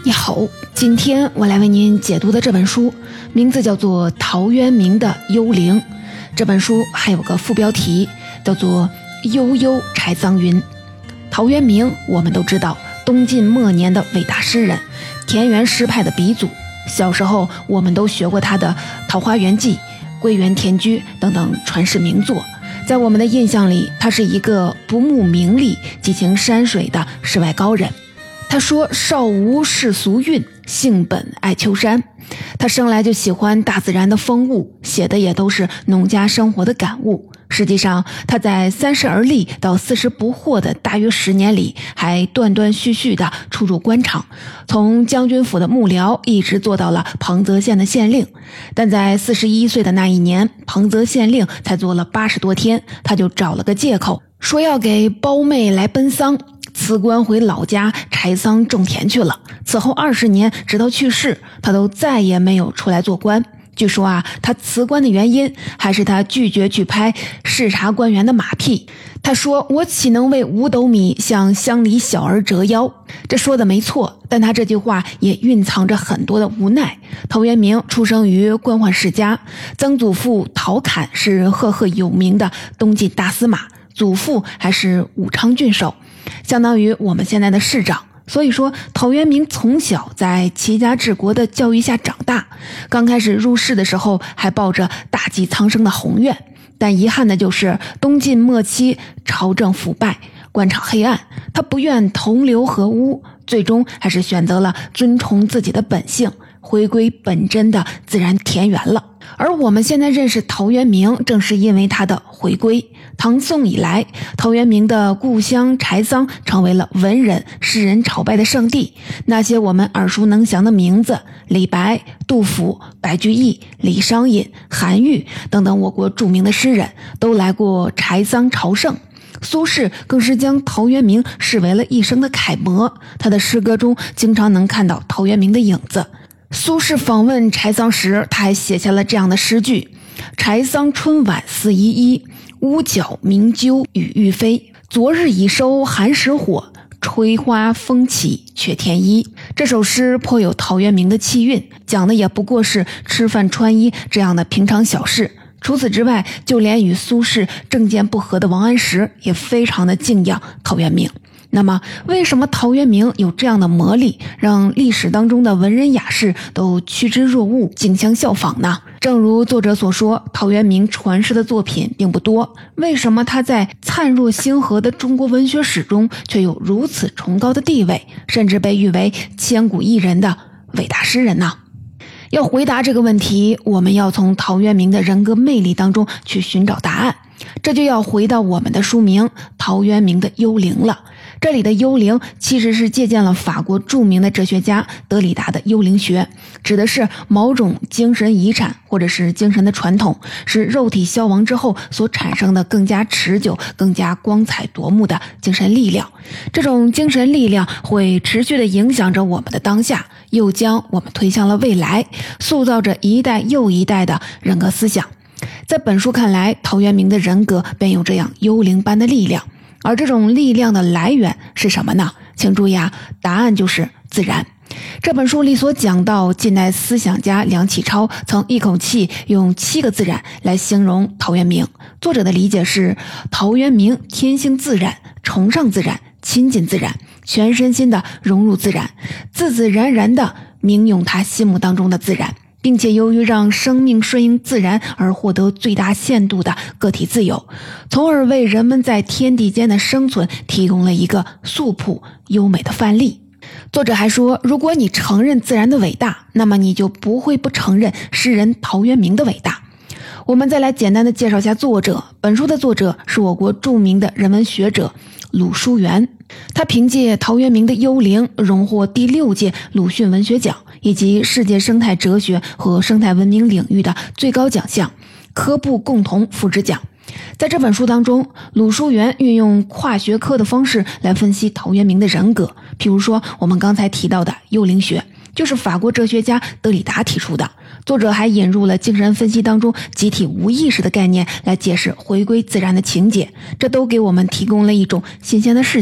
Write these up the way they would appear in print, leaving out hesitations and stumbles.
你好，今天我来为您解读的这本书名字叫做《陶渊明的幽灵》。这本书还有个副标题叫做《悠悠柴桑云》。陶渊明我们都知道，东晋末年的伟大诗人，田园诗派的鼻祖。小时候我们都学过他的《桃花源记》《归园田居》等等传世名作。在我们的印象里，他是一个不慕名利、寄情山水的世外高人。他说少无世俗韵，性本爱丘山。他生来就喜欢大自然的风物，写的也都是农家生活的感悟。实际上他在30而立到40不惑的大约10年里，还断断续续地出入官场，从将军府的幕僚一直做到了彭泽县的县令。但在41岁的那一年，彭泽县令才做了80多天，他就找了个借口，说要给胞妹来奔丧，辞官回老家柴桑种田去了。此后20年，直到去世，他都再也没有出来做官。据说他辞官的原因还是他拒绝去拍视察官员的马屁。他说，我岂能为5斗米向乡里小儿折腰。这说的没错，但他这句话也蕴藏着很多的无奈。陶渊明出生于官宦世家，曾祖父陶侃是赫赫有名的东晋大司马，祖父还是武昌郡守，相当于我们现在的市长。所以说陶渊明从小在齐家治国的教育下长大，刚开始入仕的时候还抱着大济苍生的宏愿。但遗憾的就是东晋末期朝政腐败，官场黑暗，他不愿同流合污，最终还是选择了遵从自己的本性，回归本真的自然田园了。而我们现在认识陶渊明，正是因为他的回归。唐宋以来，陶渊明的故乡柴桑成为了文人诗人朝拜的圣地。那些我们耳熟能详的名字，李白、杜甫、白居易、李商隐、韩愈等等我国著名的诗人都来过柴桑朝圣。苏轼更是将陶渊明视为了一生的楷模，他的诗歌中经常能看到陶渊明的影子。苏轼访问柴桑时，他还写下了这样的诗句：柴桑春晚四依依，屋角鸣鸠羽欲飞。昨日已收寒食火，吹花风起却添衣。这首诗颇有陶渊明的气韵，讲的也不过是吃饭穿衣这样的平常小事。除此之外，就连与苏轼政见不合的王安石也非常的敬仰陶渊明。那么为什么陶渊明有这样的魔力，让历史当中的文人雅士都趋之若鹜，竞相效仿呢？正如作者所说，陶渊明传世的作品并不多，为什么他在灿若星河的中国文学史中却有如此崇高的地位，甚至被誉为千古一人的伟大诗人呢？要回答这个问题，我们要从陶渊明的人格魅力当中去寻找答案，这就要回到我们的书名《陶渊明的幽灵》了。这里的幽灵其实是借鉴了法国著名的哲学家德里达的幽灵学，指的是某种精神遗产或者是精神的传统，是肉体消亡之后所产生的更加持久、更加光彩夺目的精神力量。这种精神力量会持续地影响着我们的当下，又将我们推向了未来，塑造着一代又一代的人格思想。在本书看来，陶渊明的人格便有这样幽灵般的力量。而这种力量的来源是什么呢？请注意答案就是自然。这本书里所讲到，近代思想家梁启超曾一口气用7个自然来形容陶渊明。作者的理解是，陶渊明天性自然，崇尚自然，亲近自然，全身心的融入自然，自自然然的明用他心目当中的自然，并且由于让生命顺应自然而获得最大限度的个体自由，从而为人们在天地间的生存提供了一个素朴优美的范例。作者还说，如果你承认自然的伟大，那么你就不会不承认诗人陶渊明的伟大。我们再来简单的介绍一下作者。本书的作者是我国著名的人文学者鲁叔元，他凭借陶渊明的幽灵荣获第6届鲁迅文学奖，以及世界生态哲学和生态文明领域的最高奖项科布共同副之奖。在这本书当中，鲁叔元运用跨学科的方式来分析陶渊明的人格，譬如说我们刚才提到的幽灵学，就是法国哲学家德里达提出的。作者还引入了精神分析当中集体无意识的概念来解释回归自然的情节，这都给我们提供了一种新鲜的视角。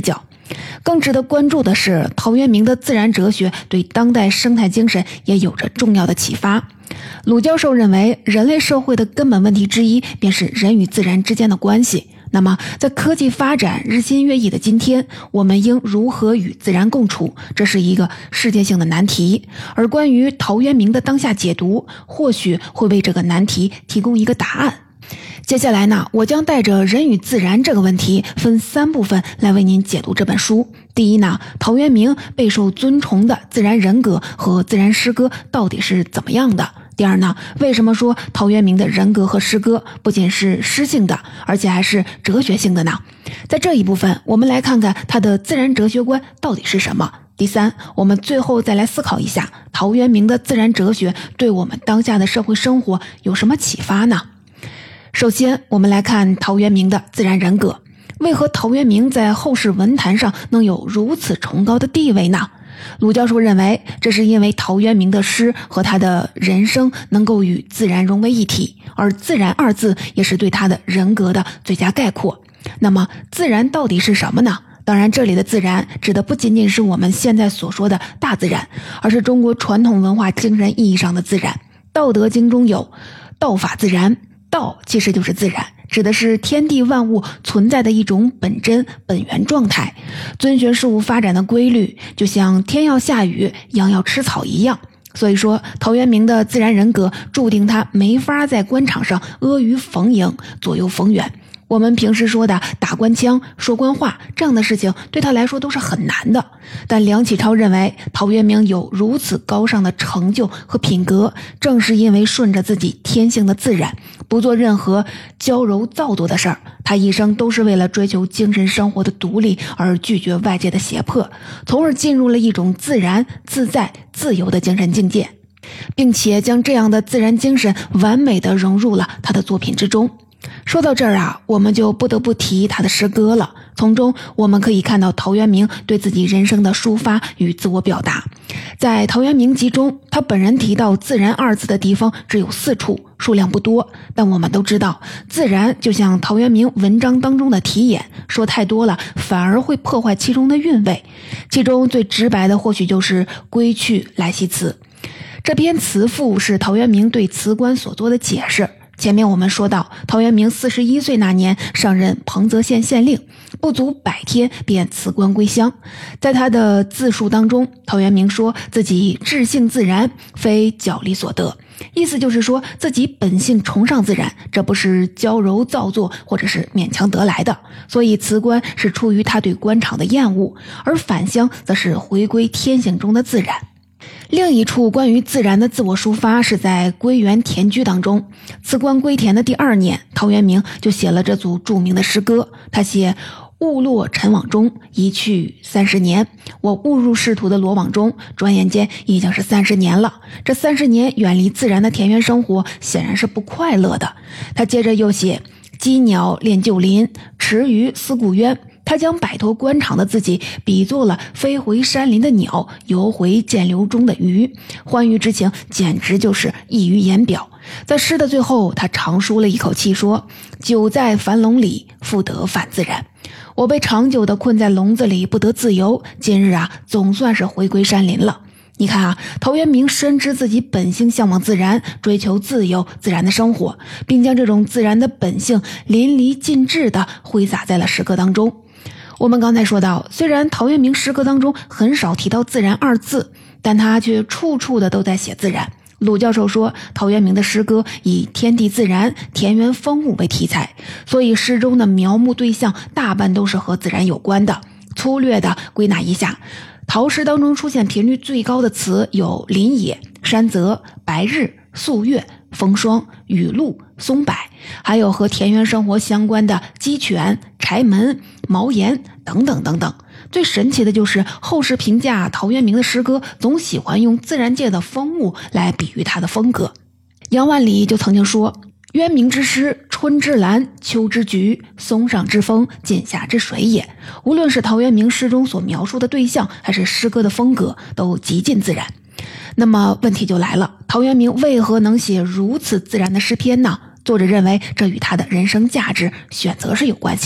更值得关注的是，陶渊明的自然哲学对当代生态精神也有着重要的启发。鲁教授认为，人类社会的根本问题之一便是人与自然之间的关系。那么，在科技发展日新月异的今天，我们应如何与自然共处？这是一个世界性的难题。而关于陶渊明的当下解读，或许会为这个难题提供一个答案。接下来呢，我将带着人与自然这个问题分3部分来为您解读这本书。第一呢，陶渊明备受尊崇的自然人格和自然诗歌到底是怎么样的？第二呢，为什么说陶渊明的人格和诗歌不仅是诗性的，而且还是哲学性的呢？在这一部分，我们来看看他的自然哲学观到底是什么。第三，我们最后再来思考一下，陶渊明的自然哲学对我们当下的社会生活有什么启发呢？首先，我们来看陶渊明的自然人格。为何陶渊明在后世文坛上能有如此崇高的地位呢？鲁教授认为，这是因为陶渊明的诗和他的人生能够与自然融为一体，而自然二字也是对他的人格的最佳概括。那么，自然到底是什么呢？当然，这里的自然指的不仅仅是我们现在所说的大自然，而是中国传统文化精神意义上的自然。道德经中有道法自然，道其实就是自然，指的是天地万物存在的一种本真本源状态，遵循事物发展的规律，就像天要下雨，羊要吃草一样。所以说，陶渊明的自然人格注定他没法在官场上阿谀逢迎，左右逢源。我们平时说的打官腔、说官话这样的事情对他来说都是很难的，但梁启超认为陶渊明有如此高尚的成就和品格，正是因为顺着自己天性的自然，不做任何娇柔造作的事儿。他一生都是为了追求精神生活的独立而拒绝外界的胁迫，从而进入了一种自然、自在、自由的精神境界，并且将这样的自然精神完美地融入了他的作品之中。说到这儿啊，我们就不得不提他的诗歌了。从中我们可以看到陶渊明对自己人生的抒发与自我表达。在《陶渊明集》中，他本人提到自然二字的地方只有4处，数量不多，但我们都知道，自然就像陶渊明文章当中的题眼，说太多了反而会破坏其中的韵味。其中最直白的或许就是归去来兮辞。这篇词赋是陶渊明对辞官所做的解释。前面我们说到，陶渊明41岁那年上任彭泽县县令，不足100天便辞官归乡。在他的自述当中，陶渊明说自己志性自然，非脚力所得，意思就是说自己本性崇尚自然，这不是娇柔造作或者是勉强得来的。所以辞官是出于他对官场的厌恶，而返乡则是回归天性中的自然。另一处关于自然的自我抒发是在归园田居当中。辞官归田的第2年，陶渊明就写了这组著名的诗歌。他写误落尘网中，一去30年。我误入仕途的罗网中，转眼间已经是30年了。这30年远离自然的田园生活显然是不快乐的。他接着又写羁鸟恋旧林，池鱼思故渊。他将摆脱官场的自己比作了飞回山林的鸟，游回涧流中的鱼，欢愉之情简直就是溢于言表。在诗的最后，他长舒了一口气说，久在樊笼里，复得返自然。我被长久地困在笼子里不得自由，今日啊总算是回归山林了。你看啊，陶渊明深知自己本性向往自然，追求自由自然的生活，并将这种自然的本性淋漓尽致地挥洒在了诗歌当中。我们刚才说到，虽然陶渊明诗歌当中很少提到自然2字，但他却处处的都在写自然。鲁教授说，陶渊明的诗歌以天地自然、田园风物为题材，所以诗中的描摹对象大半都是和自然有关的。粗略的归纳一下，陶诗当中出现频率最高的词有林野、山泽、白日、素月、风霜、雨露、松柏，还有和田园生活相关的鸡犬、柴门、茅檐等等等等。最神奇的就是后世评价陶渊明的诗歌总喜欢用自然界的风物来比喻他的风格。杨万里就曾经说，渊明之诗，春之兰，秋之菊，松上之风，近夏之水也。无论是陶渊明诗中所描述的对象，还是诗歌的风格，都极尽自然。那么问题就来了，陶渊明为何能写如此自然的诗篇呢？作者认为这与他的人生价值选择是有关系的。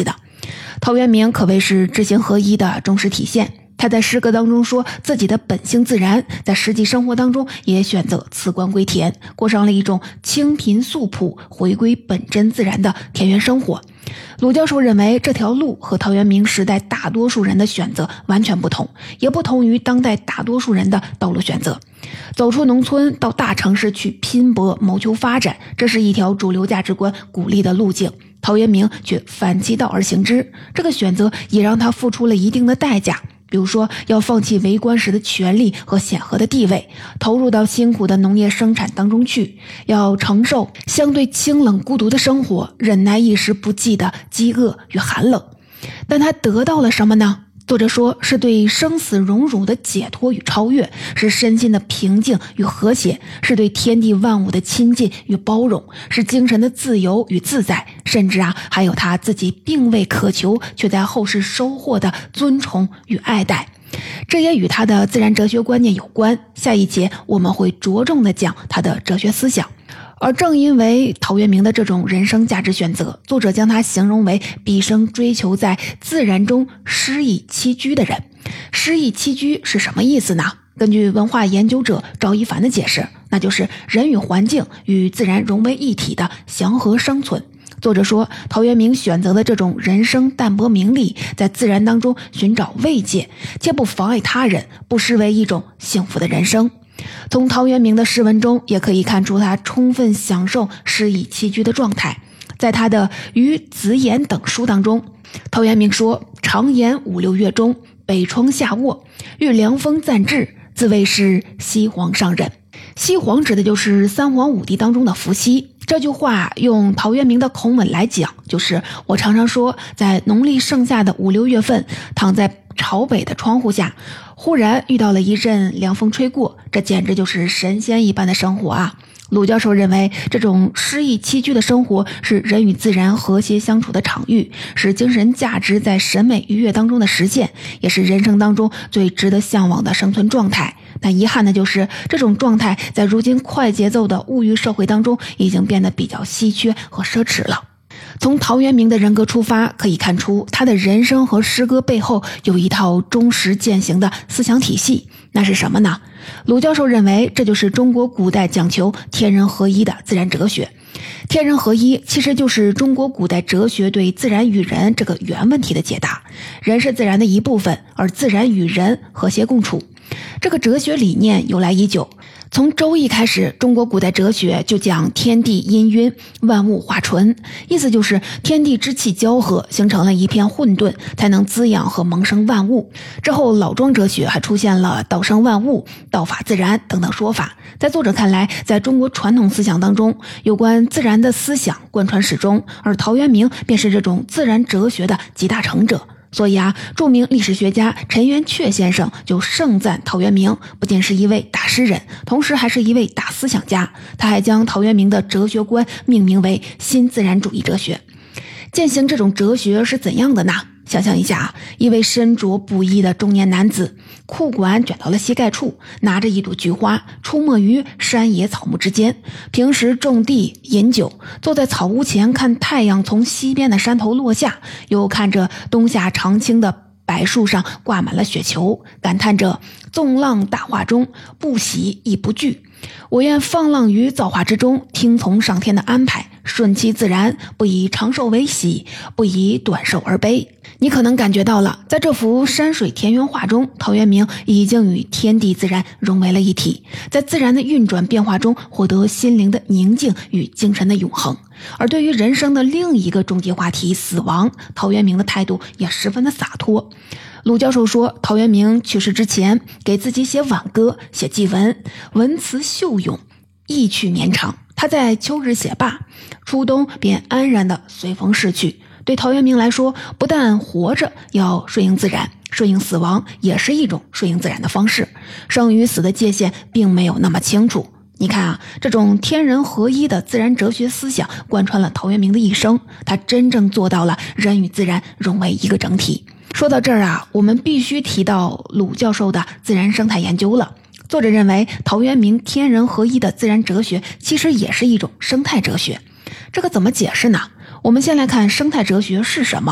陶渊明可谓是知行合一的忠实体现。他在诗歌当中说自己的本性自然，在实际生活当中也选择辞官归田，过上了一种清贫素朴、回归本真自然的田园生活。鲁教授认为这条路和陶渊明时代大多数人的选择完全不同，也不同于当代大多数人的道路选择。走出农村到大城市去拼搏谋求发展，这是一条主流价值观鼓励的路径，陶渊明却反其道而行之，这个选择也让他付出了一定的代价。比如说，要放弃为官时的权力和显赫的地位，投入到辛苦的农业生产当中去，要承受相对清冷孤独的生活，忍耐一时不济的饥饿与寒冷。但他得到了什么呢？作者说，是对生死荣辱的解脱与超越，是身心的平静与和谐，是对天地万物的亲近与包容，是精神的自由与自在，甚至还有他自己并未渴求却在后世收获的尊崇与爱戴。这也与他的自然哲学观念有关，下一节我们会着重的讲他的哲学思想。而正因为陶渊明的这种人生价值选择，作者将他形容为毕生追求在自然中诗意栖居的人。诗意栖居是什么意思呢？根据文化研究者赵一凡的解释，那就是人与环境与自然融为一体的祥和生存。作者说，陶渊明选择的这种人生淡泊名利，在自然当中寻找慰藉，且不妨碍他人，不失为一种幸福的人生。从陶渊明的诗文中也可以看出他充分享受诗意栖居的状态。在他的《与子言》等书当中，陶渊明说，常言5、6月中，北窗下卧，遇凉风暂至，自谓是西皇上任。西皇指的就是三皇五帝当中的伏羲。这句话用陶渊明的口吻来讲，就是我常常说，在农历盛夏的5、6月份，躺在朝北的窗户下，忽然遇到了一阵凉风吹过，这简直就是神仙一般的生活啊！鲁教授认为，这种诗意栖居的生活是人与自然和谐相处的场域，是精神价值在审美愉悦当中的实现，也是人生当中最值得向往的生存状态。但遗憾的就是，这种状态在如今快节奏的物欲社会当中已经变得比较稀缺和奢侈了。从陶渊明的人格出发，可以看出他的人生和诗歌背后有一套忠实践行的思想体系。那是什么呢？鲁教授认为，这就是中国古代讲求天人合一的自然哲学。天人合一其实就是中国古代哲学对自然与人这个原问题的解答。人是自然的一部分，而自然与人和谐共处。这个哲学理念由来已久，从周易开始，中国古代哲学就讲天地氤氲，万物化纯，意思就是天地之气交合，形成了一片混沌，才能滋养和萌生万物。之后老庄哲学还出现了道生万物、道法自然等等说法。在作者看来，在中国传统思想当中，有关自然的思想贯穿始终，而陶渊明便是这种自然哲学的集大成者。所以著名历史学家陈寅恪先生就盛赞陶渊明不仅是一位大诗人，同时还是一位大思想家。他还将陶渊明的哲学观命名为新自然主义哲学。践行这种哲学是怎样的呢？想象一下，一位身着布衣的中年男子，裤管卷到了膝盖处，拿着一朵菊花，出没于山野草木之间。平时种地饮酒，坐在草屋前看太阳从西边的山头落下，又看着冬夏常青的柏树上挂满了雪球，感叹着纵浪大化中，不喜亦不惧。我愿放浪于造化之中，听从上天的安排，顺其自然，不以长寿为喜，不以短寿而悲。你可能感觉到了，在这幅山水田园画中，陶渊明已经与天地自然融为了一体，在自然的运转变化中获得心灵的宁静与精神的永恒。而对于人生的另一个终极话题死亡，陶渊明的态度也十分的洒脱。鲁教授说，陶渊明去世之前给自己写挽歌、写祭文，文辞秀咏，意趣绵长。他在秋日写罢，初冬便安然的随风逝去。对陶渊明来说，不但活着要顺应自然，顺应死亡也是一种顺应自然的方式。生与死的界限并没有那么清楚。你看这种天人合一的自然哲学思想贯穿了陶渊明的一生，他真正做到了人与自然融为一个整体。说到这儿我们必须提到鲁教授的自然生态研究了。作者认为，陶渊明天人合一的自然哲学其实也是一种生态哲学。这个怎么解释呢？我们先来看生态哲学是什么。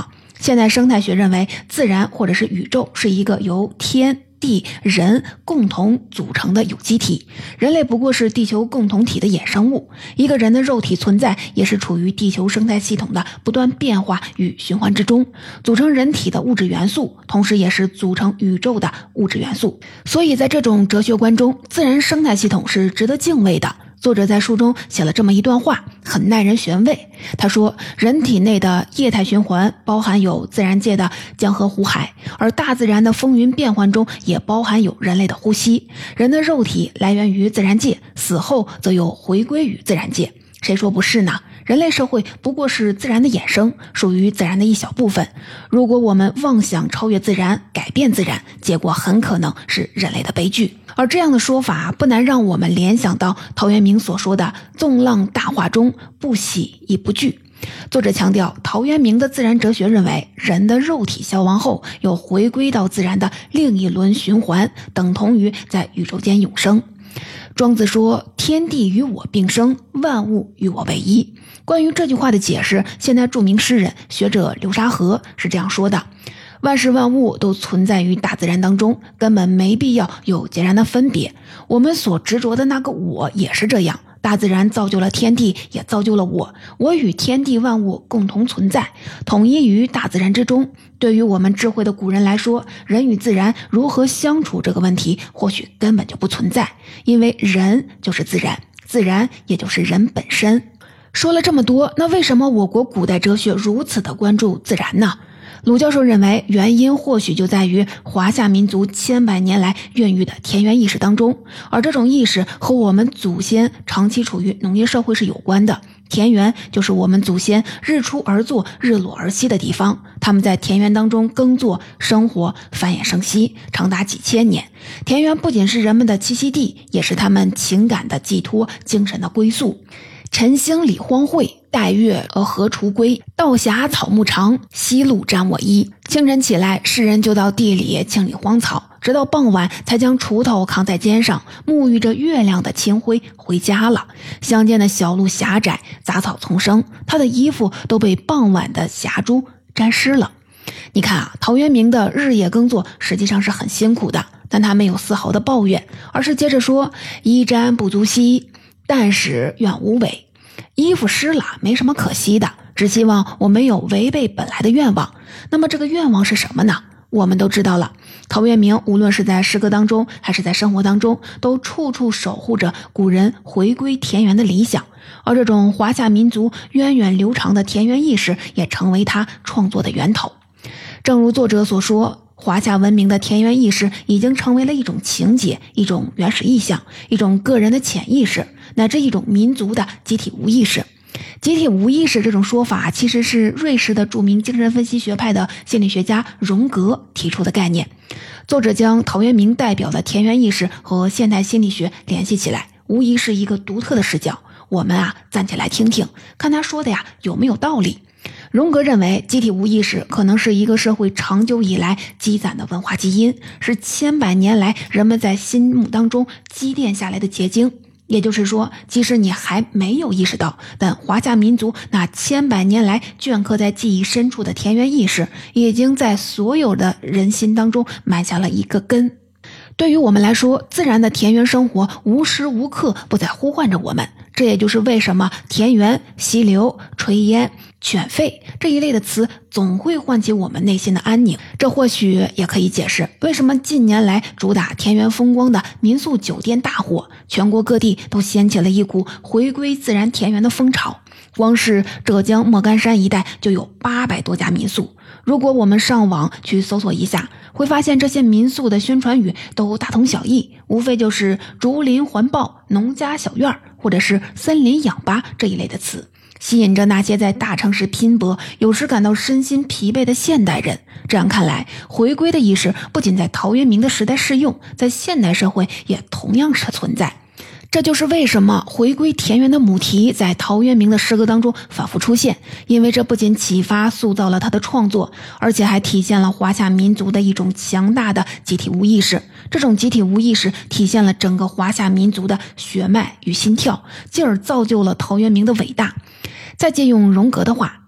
现代生态学认为，自然或者是宇宙是一个由天地人共同组成的有机体，人类不过是地球共同体的衍生物。一个人的肉体存在也是处于地球生态系统的不断变化与循环之中，组成人体的物质元素，同时也是组成宇宙的物质元素。所以在这种哲学观中，自然生态系统是值得敬畏的。作者在书中写了这么一段话，很耐人寻味。他说，人体内的液态循环包含有自然界的江河湖海，而大自然的风云变幻中也包含有人类的呼吸。人的肉体来源于自然界，死后则又回归于自然界。谁说不是呢？人类社会不过是自然的衍生，属于自然的一小部分。如果我们妄想超越自然，改变自然，结果很可能是人类的悲剧。而这样的说法不难让我们联想到陶渊明所说的纵浪大化中，不喜亦不惧。作者强调，陶渊明的自然哲学认为，人的肉体消亡后又回归到自然的另一轮循环，等同于在宇宙间永生。庄子说，天地与我并生，万物与我为一。关于这句话的解释，现代著名诗人学者流沙河是这样说的：万事万物都存在于大自然当中，根本没必要有截然的分别。我们所执着的那个我也是这样，大自然造就了天地，也造就了我，我与天地万物共同存在，统一于大自然之中。对于我们智慧的古人来说，人与自然如何相处这个问题或许根本就不存在，因为人就是自然，自然也就是人本身。说了这么多，那为什么我国古代哲学如此的关注自然呢？鲁教授认为，原因或许就在于华夏民族千百年来孕育的田园意识当中，而这种意识和我们祖先长期处于农业社会是有关的。田园就是我们祖先日出而作日落而息的地方，他们在田园当中耕作生活，繁衍生息，长达几千年。田园不仅是人们的栖息地，也是他们情感的寄托，精神的归宿。晨兴理荒秽，待月荷锄归。道狭草木长，夕露沾我衣。清晨起来，世人就到地里清理荒草，直到傍晚才将锄头扛在肩上，沐浴着月亮的清辉回家了。乡间的小路狭窄，杂草丛生，他的衣服都被傍晚的霞珠沾湿了。你看啊，陶渊明的日夜耕作实际上是很辛苦的，但他没有丝毫的抱怨，而是接着说：衣沾不足惜，但使愿无违。衣服湿了没什么可惜的，只希望我没有违背本来的愿望。那么这个愿望是什么呢？我们都知道了，陶渊明无论是在诗歌当中还是在生活当中，都处处守护着古人回归田园的理想，而这种华夏民族源远流长的田园意识也成为他创作的源头。正如作者所说，华夏文明的田园意识已经成为了一种情节，一种原始意象，一种个人的潜意识，乃至一种民族的集体无意识。集体无意识这种说法其实是瑞士的著名精神分析学派的心理学家荣格提出的概念。作者将陶渊明代表的田园意识和现代心理学联系起来，无疑是一个独特的视角。我们暂起来听听，看他说的有没有道理。荣格认为，集体无意识可能是一个社会长久以来积攒的文化基因，是千百年来人们在心目当中积淀下来的结晶。也就是说，即使你还没有意识到，但华夏民族那千百年来镌刻在记忆深处的田园意识，已经在所有的人心当中埋下了一个根。对于我们来说，自然的田园生活无时无刻不在呼唤着我们，这也就是为什么田园、溪流、炊烟、犬吠这一类的词总会唤起我们内心的安宁。这或许也可以解释为什么近年来主打田园风光的民宿酒店大火，全国各地都掀起了一股回归自然田园的风潮。光是浙江莫干山一带就有800多家民宿，如果我们上网去搜索一下，会发现这些民宿的宣传语都大同小异，无非就是竹林环抱、农家小院或者是森林氧吧这一类的词，吸引着那些在大城市拼搏，有时感到身心疲惫的现代人。这样看来，回归的意识不仅在陶渊明的时代适用，在现代社会也同样是存在。这就是为什么回归田园的母题在陶渊明的诗歌当中反复出现，因为这不仅启发塑造了他的创作，而且还体现了华夏民族的一种强大的集体无意识。这种集体无意识体现了整个华夏民族的血脉与心跳，进而造就了陶渊明的伟大。再借用荣格的话，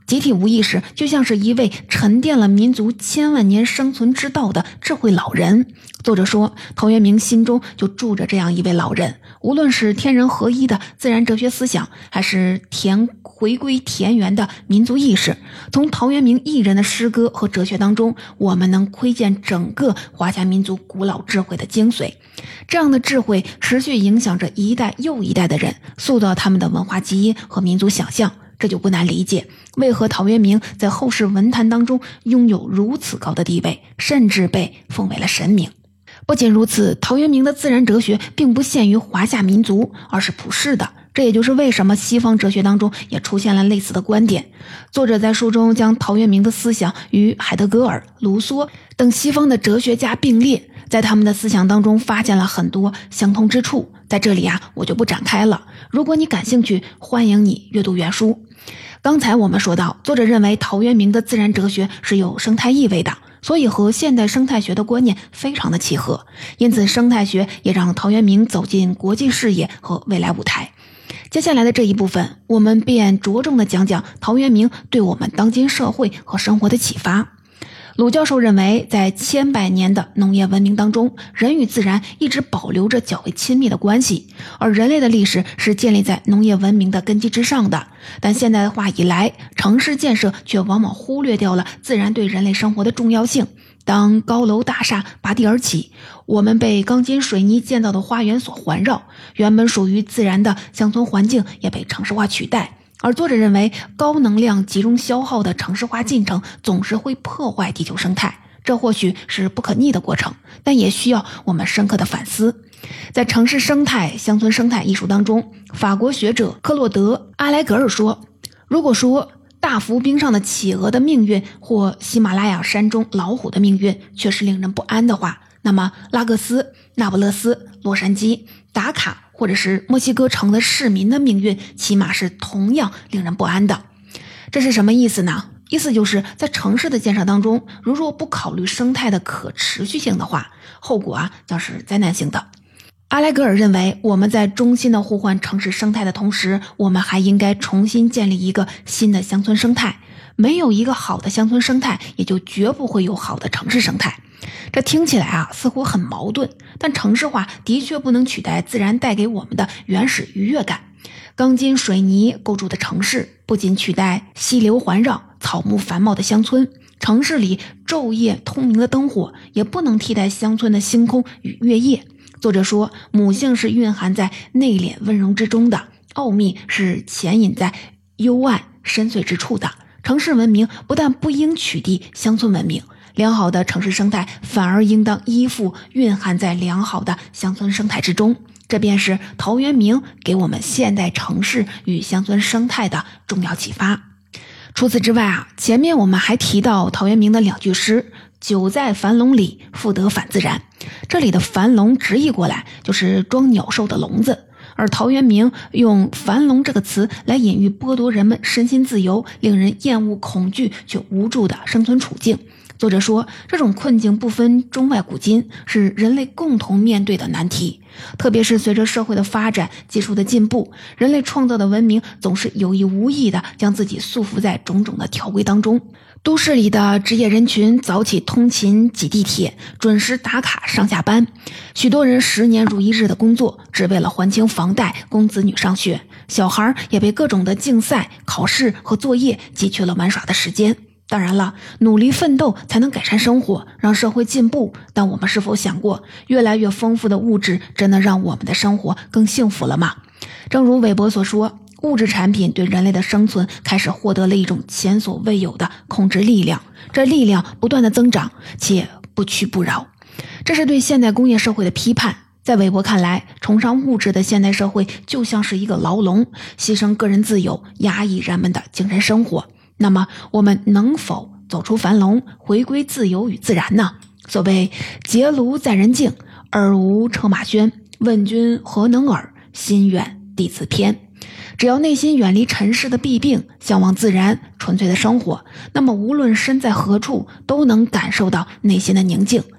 集体无意识就像是一位沉淀了民族千万年生存之道的智慧老人。作者说，陶渊明心中就住着这样一位老人，无论是天人合一的自然哲学思想，还是回归田园的民族意识，从陶渊明一人的诗歌和哲学当中，我们能窥见整个华夏民族古老智慧的精髓。这样的智慧持续影响着一代又一代的人，塑造他们的文化基因和民族想象。这就不难理解，为何陶渊明在后世文坛当中拥有如此高的地位，甚至被奉为了神明。不仅如此，陶渊明的自然哲学并不限于华夏民族，而是普世的。这也就是为什么西方哲学当中也出现了类似的观点。作者在书中将陶渊明的思想与海德格尔、卢梭等西方的哲学家并列，在他们的思想当中发现了很多相通之处。在这里我就不展开了，如果你感兴趣，欢迎你阅读原书。刚才我们说到，作者认为陶渊明的自然哲学是有生态意味的，所以和现代生态学的观念非常的契合，因此生态学也让陶渊明走进国际视野和未来舞台。接下来的这一部分，我们便着重的讲讲陶渊明对我们当今社会和生活的启发。鲁教授认为，在千百年的农业文明当中，人与自然一直保留着较为亲密的关系，而人类的历史是建立在农业文明的根基之上的。但现代化以来，城市建设却往往忽略掉了自然对人类生活的重要性。当高楼大厦拔地而起，我们被钢筋水泥建造的花园所环绕，原本属于自然的乡村环境也被城市化取代。而作者认为，高能量集中消耗的城市化进程总是会破坏地球生态，这或许是不可逆的过程，但也需要我们深刻的反思。在《城市生态、乡村生态》一书当中，法国学者克洛德·阿莱格尔说，如果说大浮冰上的企鹅的命运或喜马拉雅山中老虎的命运确实令人不安的话，那么拉各斯、那不勒斯、洛杉矶、达卡或者是墨西哥城的市民的命运起码是同样令人不安的。这是什么意思呢？意思就是在城市的建设当中，如若不考虑生态的可持续性的话，后果将是灾难性的。阿莱格尔认为，我们在衷心的呼唤城市生态的同时，我们还应该重新建立一个新的乡村生态。没有一个好的乡村生态，也就绝不会有好的城市生态。这听起来似乎很矛盾，但城市化的确不能取代自然带给我们的原始愉悦感。钢筋水泥构筑的城市不仅取代溪流环绕、草木繁茂的乡村，城市里昼夜通明的灯火也不能替代乡村的星空与月夜。作者说，母性是蕴含在内敛温柔之中的，奥秘是潜隐在幽暗深邃之处的。城市文明不但不应取缔乡村文明，良好的城市生态反而应当依附蕴含在良好的乡村生态之中。这便是陶渊明给我们现代城市与乡村生态的重要启发。除此之外前面我们还提到陶渊明的两句诗，久在樊笼里，复得返自然。这里的樊笼直译过来就是装鸟兽的笼子，而陶渊明用樊笼这个词来隐喻剥夺人们身心自由、令人厌恶恐惧却无助的生存处境。作者说，这种困境不分中外古今，是人类共同面对的难题。特别是随着社会的发展、技术的进步，人类创造的文明总是有意无意地将自己束缚在种种的条规当中。都市里的职业人群早起通勤挤地铁，准时打卡上下班，许多人10年如一日的工作，只为了还清房贷供子女上学，小孩也被各种的竞赛、考试和作业挤去了玩耍的时间。当然了，努力奋斗才能改善生活，让社会进步，但我们是否想过，越来越丰富的物质真的让我们的生活更幸福了吗？正如韦伯所说，物质产品对人类的生存开始获得了一种前所未有的控制力量，这力量不断的增长，且不屈不挠。这是对现代工业社会的批判。在韦伯看来，崇尚物质的现代社会就像是一个牢笼，牺牲个人自由，压抑人们的精神生活。那么我们能否走出樊笼，回归自由与自然呢？所谓结庐在人境，耳无车马喧，问君何能尔，心远地自偏。只要内心远离尘世的弊病，向往自然纯粹的生活，那么无论身在何处，都能感受到内心的宁静。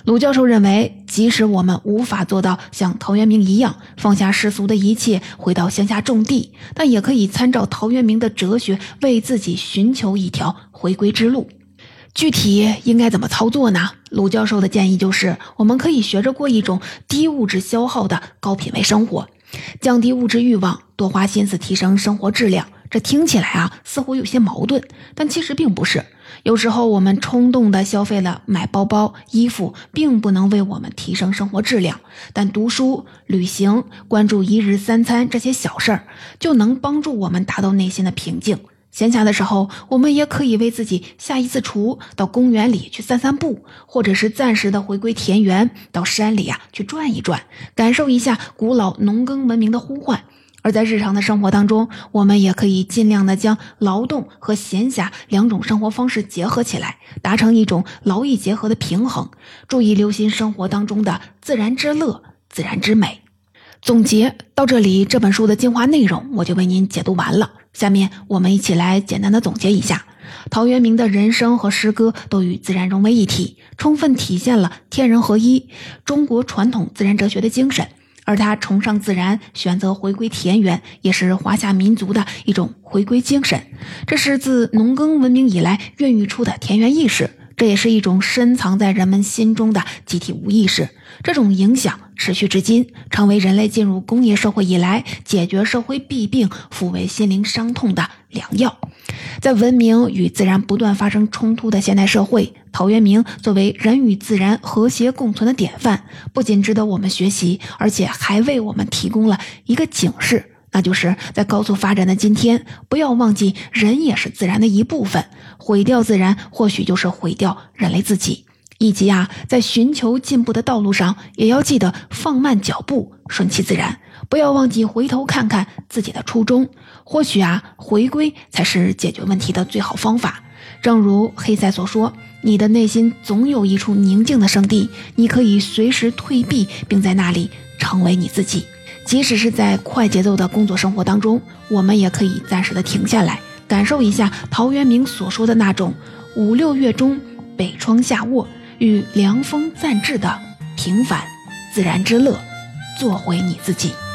鲁教授认为，即使我们无法做到像陶渊明一样放下世俗的一切，回到乡下种地，但也可以参照陶渊明的哲学，为自己寻求一条回归之路。具体应该怎么操作呢？鲁教授的建议就是，我们可以学着过一种低物质消耗的高品位生活，降低物质欲望，多花心思提升生活质量。这听起来似乎有些矛盾，但其实并不是。有时候我们冲动地消费了买包包、衣服，并不能为我们提升生活质量，但读书、旅行、关注一日三餐这些小事儿，就能帮助我们达到内心的平静。闲暇的时候，我们也可以为自己下一次厨，到公园里去散散步，或者是暂时的回归田园，到山里去转一转，感受一下古老农耕文明的呼唤。而在日常的生活当中，我们也可以尽量的将劳动和闲暇两种生活方式结合起来，达成一种劳逸结合的平衡，注意留心生活当中的自然之乐、自然之美。总结到这里，这本书的精华内容我就为您解读完了。下面我们一起来简单的总结一下。陶渊明的人生和诗歌都与自然融为一体，充分体现了天人合一、中国传统自然哲学的精神。而他崇尚自然，选择回归田园，也是华夏民族的一种回归精神。这是自农耕文明以来孕育出的田园意识，这也是一种深藏在人们心中的集体无意识。这种影响持续至今，成为人类进入工业社会以来解决社会弊病、抚慰心灵伤痛的良药。在文明与自然不断发生冲突的现代社会，陶渊明作为人与自然和谐共存的典范，不仅值得我们学习，而且还为我们提供了一个警示，那就是在高速发展的今天，不要忘记人也是自然的一部分，毁掉自然或许就是毁掉人类自己。以及在寻求进步的道路上，也要记得放慢脚步，顺其自然，不要忘记回头看看自己的初衷。或许回归才是解决问题的最好方法。正如黑塞所说，你的内心总有一处宁静的圣地，你可以随时退避，并在那里成为你自己。即使是在快节奏的工作生活当中，我们也可以暂时的停下来，感受一下陶渊明所说的那种5、6月中北窗下卧，与凉风暂至的平凡自然之乐，做回你自己。